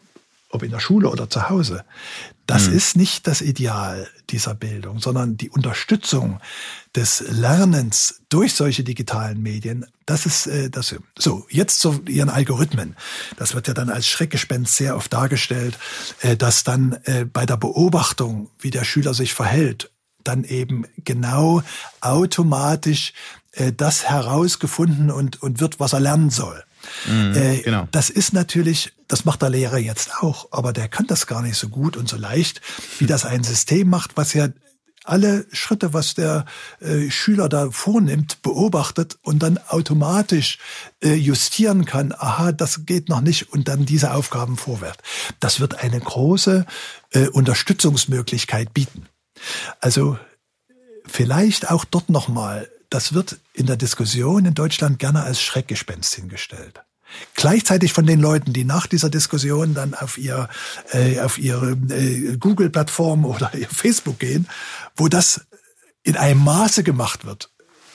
ob in der Schule oder zu Hause, das hm. ist nicht das Ideal dieser Bildung, sondern die Unterstützung des Lernens durch solche digitalen Medien, das ist äh, das. So, jetzt zu Ihren Algorithmen. Das wird ja dann als Schreckgespenst sehr oft dargestellt, äh, dass dann äh, bei der Beobachtung, wie der Schüler sich verhält, dann eben genau automatisch äh, das herausgefunden und, und wird, was er lernen soll. Mhm, äh, genau. Das ist natürlich, das macht der Lehrer jetzt auch, aber der kann das gar nicht so gut und so leicht, wie das ein System macht, was ja alle Schritte, was der äh, Schüler da vornimmt, beobachtet und dann automatisch äh, justieren kann. Aha, das geht noch nicht und dann diese Aufgaben vorwärts. Das wird eine große äh, Unterstützungsmöglichkeit bieten. Also vielleicht auch dort nochmal. Das wird in der Diskussion in Deutschland gerne als Schreckgespenst hingestellt. Gleichzeitig von den Leuten, die nach dieser Diskussion dann auf ihr äh, auf ihre äh, Google-Plattform oder ihr Facebook gehen, wo das in einem Maße gemacht wird,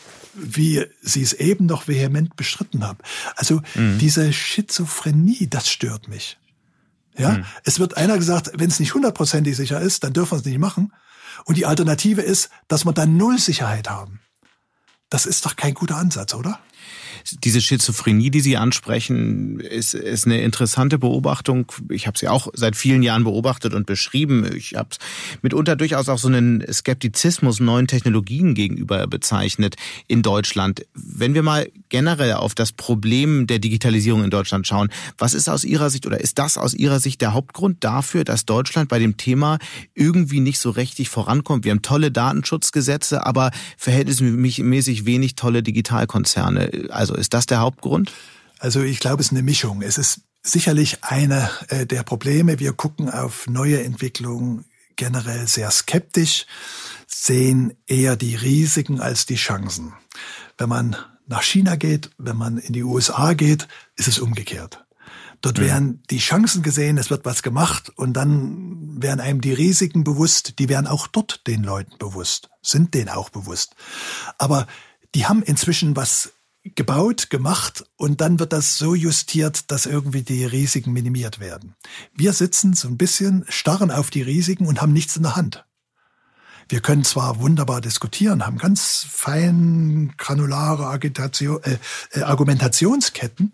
wie Sie es eben noch vehement bestritten haben. Also mhm. diese Schizophrenie, das stört mich. Ja, mhm. Es wird einer gesagt, wenn es nicht hundertprozentig sicher ist, dann dürfen wir es nicht machen. Und die Alternative ist, dass wir dann null Sicherheit haben. Das ist doch kein guter Ansatz, oder? Diese Schizophrenie, die Sie ansprechen, ist, ist eine interessante Beobachtung. Ich habe sie auch seit vielen Jahren beobachtet und beschrieben. Ich habe mitunter durchaus auch so einen Skeptizismus neuen Technologien gegenüber bezeichnet in Deutschland. Wenn wir mal generell auf das Problem der Digitalisierung in Deutschland schauen, was ist aus Ihrer Sicht oder ist das aus Ihrer Sicht der Hauptgrund dafür, dass Deutschland bei dem Thema irgendwie nicht so richtig vorankommt? Wir haben tolle Datenschutzgesetze, aber verhältnismäßig wenig tolle Digitalkonzerne. Also ist das der Hauptgrund? Also ich glaube, es ist eine Mischung. Es ist sicherlich eine äh, der Probleme. Wir gucken auf neue Entwicklungen generell sehr skeptisch, sehen eher die Risiken als die Chancen. Wenn man nach China geht, wenn man in die U S A geht, ist es umgekehrt. Dort ja. werden die Chancen gesehen, es wird was gemacht und dann werden einem die Risiken bewusst, die werden auch dort den Leuten bewusst, sind denen auch bewusst. Aber die haben inzwischen was gebaut, gemacht und dann wird das so justiert, dass irgendwie die Risiken minimiert werden. Wir sitzen so ein bisschen, starren auf die Risiken und haben nichts in der Hand. Wir können zwar wunderbar diskutieren, haben ganz fein granulare Agitation, äh, äh, Argumentationsketten,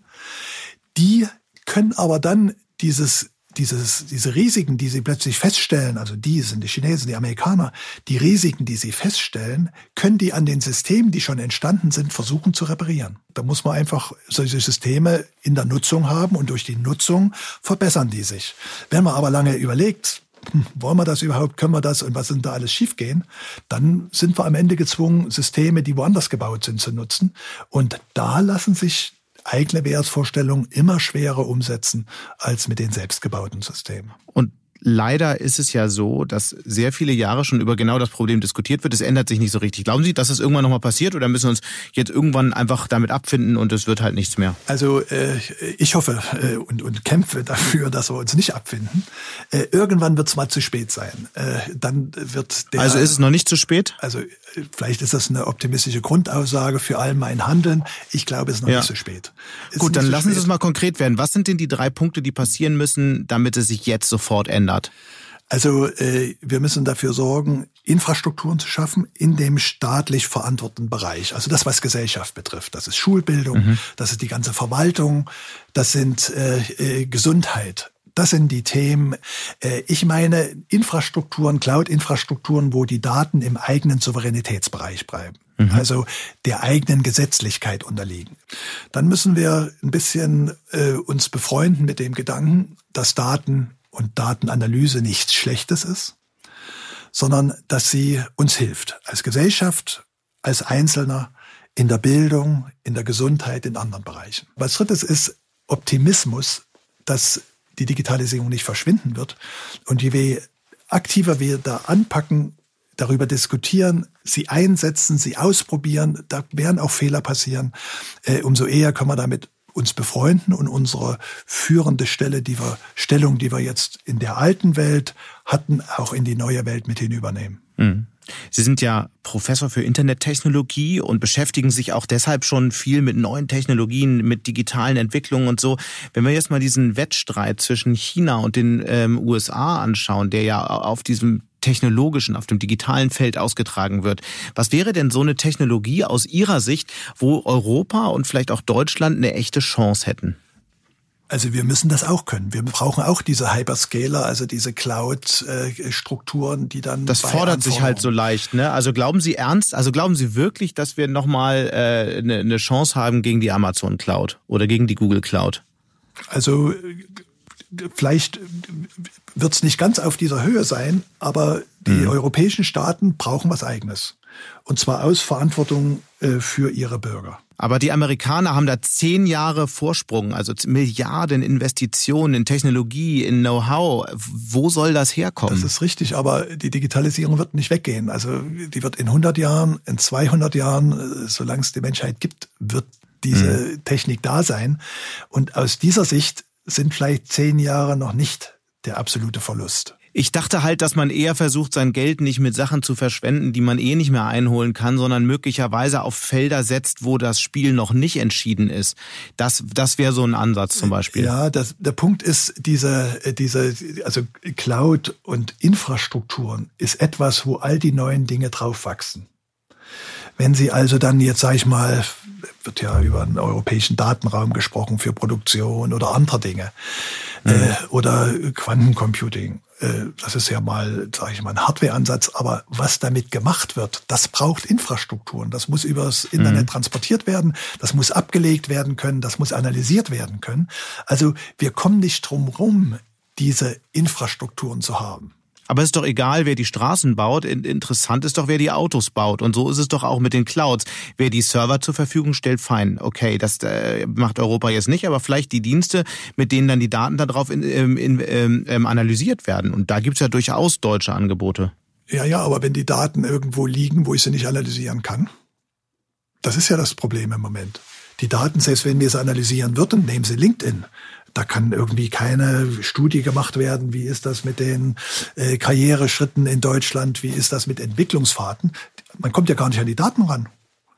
die können aber dann dieses Dieses, diese Risiken, die sie plötzlich feststellen, also die sind die Chinesen, die Amerikaner, die Risiken, die sie feststellen, können die an den Systemen, die schon entstanden sind, versuchen zu reparieren. Da muss man einfach solche Systeme in der Nutzung haben und durch die Nutzung verbessern die sich. Wenn man aber lange überlegt, hm, wollen wir das überhaupt, können wir das und was sind da alles schiefgehen, dann sind wir am Ende gezwungen, Systeme, die woanders gebaut sind, zu nutzen. Und da lassen sich eigene Wertvorstellungen immer schwerer umsetzen als mit den selbstgebauten Systemen. Und leider ist es ja so, dass sehr viele Jahre schon über genau das Problem diskutiert wird. Es ändert sich nicht so richtig. Glauben Sie, dass das irgendwann nochmal passiert oder müssen wir uns jetzt irgendwann einfach damit abfinden und es wird halt nichts mehr? Also äh, ich hoffe äh, und, und kämpfe dafür, dass wir uns nicht abfinden. Äh, irgendwann wird es mal zu spät sein. Äh, dann wird der, also ist es noch nicht zu spät? Also vielleicht ist das eine optimistische Grundaussage für all mein Handeln. Ich glaube, es ist noch ja. nicht so spät. Ist Gut, dann so lassen spät. Sie es mal konkret werden. Was sind denn die drei Punkte, die passieren müssen, damit es sich jetzt sofort ändert? Also äh, wir müssen dafür sorgen, Infrastrukturen zu schaffen in dem staatlich verantworteten Bereich. Also das, was Gesellschaft betrifft. Das ist Schulbildung, mhm. das ist die ganze Verwaltung, das sind äh, äh, Gesundheit. Das sind die Themen. Äh, ich meine Infrastrukturen, Cloud-Infrastrukturen, wo die Daten im eigenen Souveränitätsbereich bleiben. Mhm. Also der eigenen Gesetzlichkeit unterliegen. Dann müssen wir ein bisschen äh, uns befreunden mit dem Gedanken, dass Daten und Datenanalyse nichts Schlechtes ist, sondern dass sie uns hilft. Als Gesellschaft, als Einzelner, in der Bildung, in der Gesundheit, in anderen Bereichen. Als drittes ist Optimismus, dass die Digitalisierung nicht verschwinden wird. Und je aktiver wir da anpacken, darüber diskutieren, sie einsetzen, sie ausprobieren, da werden auch Fehler passieren, äh, umso eher können wir damit uns befreunden und unsere führende Stelle, die wir, Stellung, die wir jetzt in der alten Welt hatten, auch in die neue Welt mit hinübernehmen. Mhm. Sie sind ja Professor für Internettechnologie und beschäftigen sich auch deshalb schon viel mit neuen Technologien, mit digitalen Entwicklungen und so. Wenn wir jetzt mal diesen Wettstreit zwischen China und den ähm, U S A anschauen, der ja auf diesem technologischen, auf dem digitalen Feld ausgetragen wird. Was wäre denn so eine Technologie aus Ihrer Sicht, wo Europa und vielleicht auch Deutschland eine echte Chance hätten? Also wir müssen das auch können. Wir brauchen auch diese Hyperscaler, also diese Cloud-Strukturen, die dann... Das fordert sich halt so leicht, ne? Also glauben Sie ernst, also glauben Sie wirklich, dass wir nochmal äh, eine, eine Chance haben gegen die Amazon Cloud oder gegen die Google Cloud? Also vielleicht wird es nicht ganz auf dieser Höhe sein, aber die mhm. europäischen Staaten brauchen was Eigenes. Und zwar aus Verantwortung äh, für ihre Bürger. Aber die Amerikaner haben da zehn Jahre Vorsprung, also Milliarden Investitionen in Technologie, in Know-how. Wo soll das herkommen? Das ist richtig, aber die Digitalisierung wird nicht weggehen. Also die wird in hundert Jahren, in zweihundert Jahren, solange es die Menschheit gibt, wird diese mhm. Technik da sein. Und aus dieser Sicht sind vielleicht zehn Jahre noch nicht der absolute Verlust. Ich dachte halt, dass man eher versucht, sein Geld nicht mit Sachen zu verschwenden, die man eh nicht mehr einholen kann, sondern möglicherweise auf Felder setzt, wo das Spiel noch nicht entschieden ist. Das, das wäre so ein Ansatz zum Beispiel. Ja, das, der Punkt ist, diese, diese, also Cloud und Infrastrukturen ist etwas, wo all die neuen Dinge drauf wachsen. Wenn Sie also dann jetzt, sage ich mal, wird ja über einen europäischen Datenraum gesprochen für Produktion oder andere Dinge, mhm. äh, oder Quantencomputing. Das ist ja mal, sage ich mal, ein Hardware-Ansatz, aber was damit gemacht wird, das braucht Infrastrukturen. Das muss übers Internet mhm. transportiert werden, das muss abgelegt werden können, das muss analysiert werden können. Also wir kommen nicht drum rum, diese Infrastrukturen zu haben. Aber es ist doch egal, wer die Straßen baut. Interessant ist doch, wer die Autos baut. Und so ist es doch auch mit den Clouds. Wer die Server zur Verfügung stellt, fein. Okay, das äh, macht Europa jetzt nicht, aber vielleicht die Dienste, mit denen dann die Daten darauf in, in, in, in, analysiert werden. Und da gibt's ja durchaus deutsche Angebote. Ja, ja, aber wenn die Daten irgendwo liegen, wo ich sie nicht analysieren kann, das ist ja das Problem im Moment. Die Daten, selbst wenn wir sie analysieren würden, nehmen Sie LinkedIn. Da kann irgendwie keine Studie gemacht werden. Wie ist das mit den äh, Karriereschritten in Deutschland? Wie ist das mit Entwicklungsfahrten? Man kommt ja gar nicht an die Daten ran.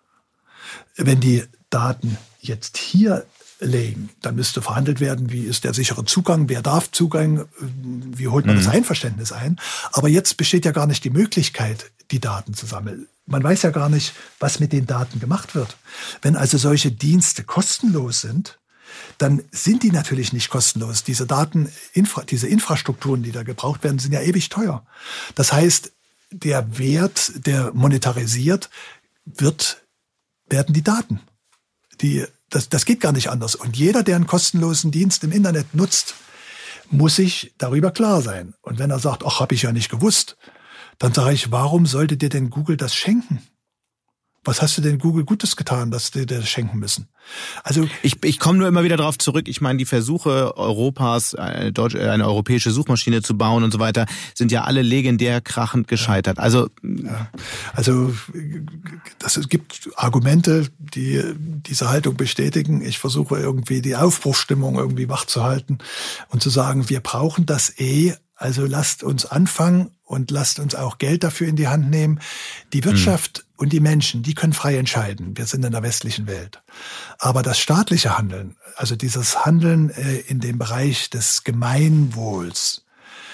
Wenn die Daten jetzt hier liegen, dann müsste verhandelt werden, wie ist der sichere Zugang, wer darf Zugang, wie holt man mhm. das Einverständnis ein. Aber jetzt besteht ja gar nicht die Möglichkeit, die Daten zu sammeln. Man weiß ja gar nicht, was mit den Daten gemacht wird. Wenn also solche Dienste kostenlos sind, dann sind die natürlich nicht kostenlos. Diese Daten, Infra, diese Infrastrukturen, die da gebraucht werden, sind ja ewig teuer. Das heißt, der Wert, der monetarisiert wird, werden die Daten. Die, das, das geht gar nicht anders. Und jeder, der einen kostenlosen Dienst im Internet nutzt, muss sich darüber klar sein. Und wenn er sagt, ach, habe ich ja nicht gewusst, dann sage ich, warum sollte dir denn Google das schenken? Was hast du denn Google Gutes getan, dass die dir schenken müssen? Also ich, ich komme nur immer wieder darauf zurück. Ich meine, die Versuche Europas, eine, deutsche, eine europäische Suchmaschine zu bauen und so weiter, sind ja alle legendär krachend gescheitert. Also, ja. also das, es gibt Argumente, die diese Haltung bestätigen. Ich versuche irgendwie die Aufbruchsstimmung irgendwie wachzuhalten und zu sagen, wir brauchen das eh. Also lasst uns anfangen und lasst uns auch Geld dafür in die Hand nehmen. Die Wirtschaft mhm. und die Menschen, die können frei entscheiden. Wir sind in der westlichen Welt. Aber das staatliche Handeln, also dieses Handeln in dem Bereich des Gemeinwohls,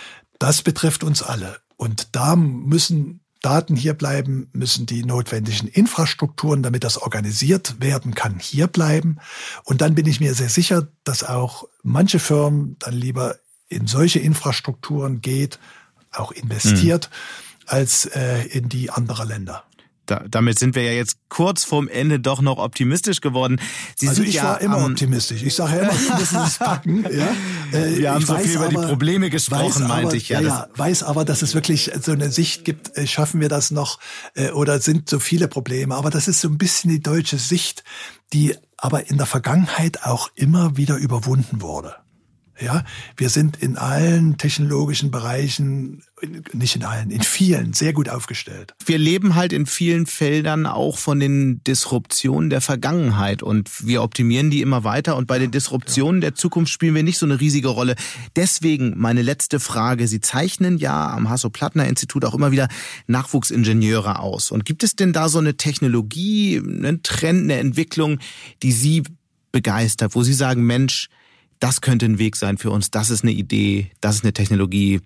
das betrifft uns alle. Und da müssen Daten hier bleiben, müssen die notwendigen Infrastrukturen, damit das organisiert werden kann, hier bleiben. Und dann bin ich mir sehr sicher, dass auch manche Firmen dann lieber in solche Infrastrukturen geht, auch investiert, mhm. als äh, in die anderer Länder. Da, damit sind wir ja jetzt kurz vorm Ende doch noch optimistisch geworden. Sie also sind ich ja war immer ähm, optimistisch. Ich sage ja immer, wir müssen es packen. Ja? Äh, wir haben so viel über aber, die Probleme gesprochen, meinte aber, ich. Ja, ja, ja, weiß aber, dass es wirklich so eine Sicht gibt, äh, schaffen wir das noch äh, oder sind so viele Probleme. Aber das ist so ein bisschen die deutsche Sicht, die aber in der Vergangenheit auch immer wieder überwunden wurde. Ja, wir sind in allen technologischen Bereichen, nicht in allen, in vielen sehr gut aufgestellt. Wir leben halt in vielen Feldern auch von den Disruptionen der Vergangenheit und wir optimieren die immer weiter und bei den Disruptionen der Zukunft spielen wir nicht so eine riesige Rolle. Deswegen meine letzte Frage. Sie zeichnen ja am Hasso-Plattner-Institut auch immer wieder Nachwuchsingenieure aus. Und gibt es denn da so eine Technologie, einen Trend, eine Entwicklung, die Sie begeistert, wo Sie sagen, Mensch, das könnte ein Weg sein für uns, das ist eine Idee, das ist eine Technologie,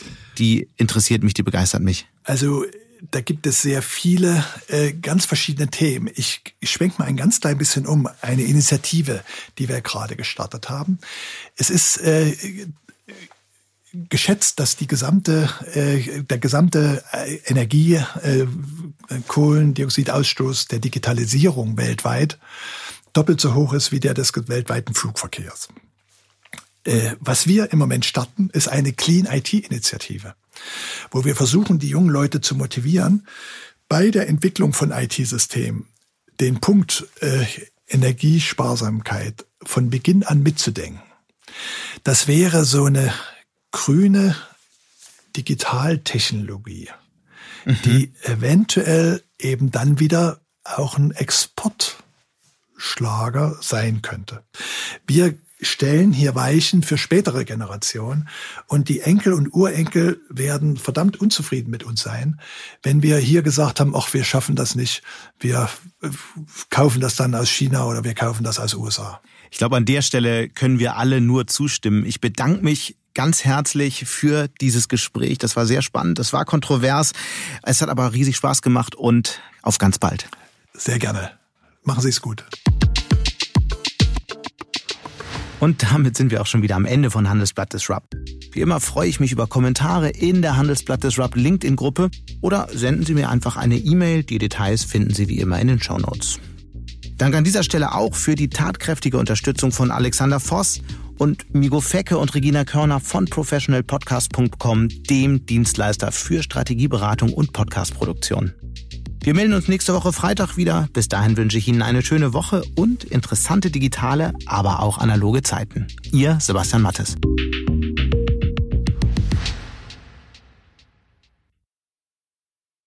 die interessiert mich, die begeistert mich? Also da gibt es sehr viele äh, ganz verschiedene Themen. Ich, ich schwenke mal ein ganz klein bisschen um. Eine Initiative, die wir gerade gestartet haben. Es ist äh, geschätzt, dass die gesamte, äh, der gesamte äh, Energie, äh, Kohlendioxidausstoß der Digitalisierung weltweit doppelt so hoch ist wie der des weltweiten Flugverkehrs. Was wir im Moment starten, ist eine Clean I T-Initiative, wo wir versuchen, die jungen Leute zu motivieren, bei der Entwicklung von I T-Systemen den Punkt äh, Energiesparsamkeit von Beginn an mitzudenken. Das wäre so eine grüne Digitaltechnologie, mhm. die eventuell eben dann wieder auch ein Exportschlager sein könnte. Wir stellen hier Weichen für spätere Generationen und die Enkel und Urenkel werden verdammt unzufrieden mit uns sein, wenn wir hier gesagt haben, ach, wir schaffen das nicht, wir kaufen das dann aus China oder wir kaufen das aus U S A. Ich glaube, an der Stelle können wir alle nur zustimmen. Ich bedanke mich ganz herzlich für dieses Gespräch. Das war sehr spannend, das war kontrovers, es hat aber riesig Spaß gemacht und auf ganz bald. Sehr gerne. Machen Sie es gut. Und damit sind wir auch schon wieder am Ende von Handelsblatt Disrupt. Wie immer freue ich mich über Kommentare in der Handelsblatt Disrupt LinkedIn-Gruppe oder senden Sie mir einfach eine E-Mail. Die Details finden Sie wie immer in den Shownotes. Danke an dieser Stelle auch für die tatkräftige Unterstützung von Alexander Voss und Migo Fecke und Regina Körner von professional podcast punkt com, dem Dienstleister für Strategieberatung und Podcastproduktion. Wir melden uns nächste Woche Freitag wieder. Bis dahin wünsche ich Ihnen eine schöne Woche und interessante digitale, aber auch analoge Zeiten. Ihr Sebastian Mattes.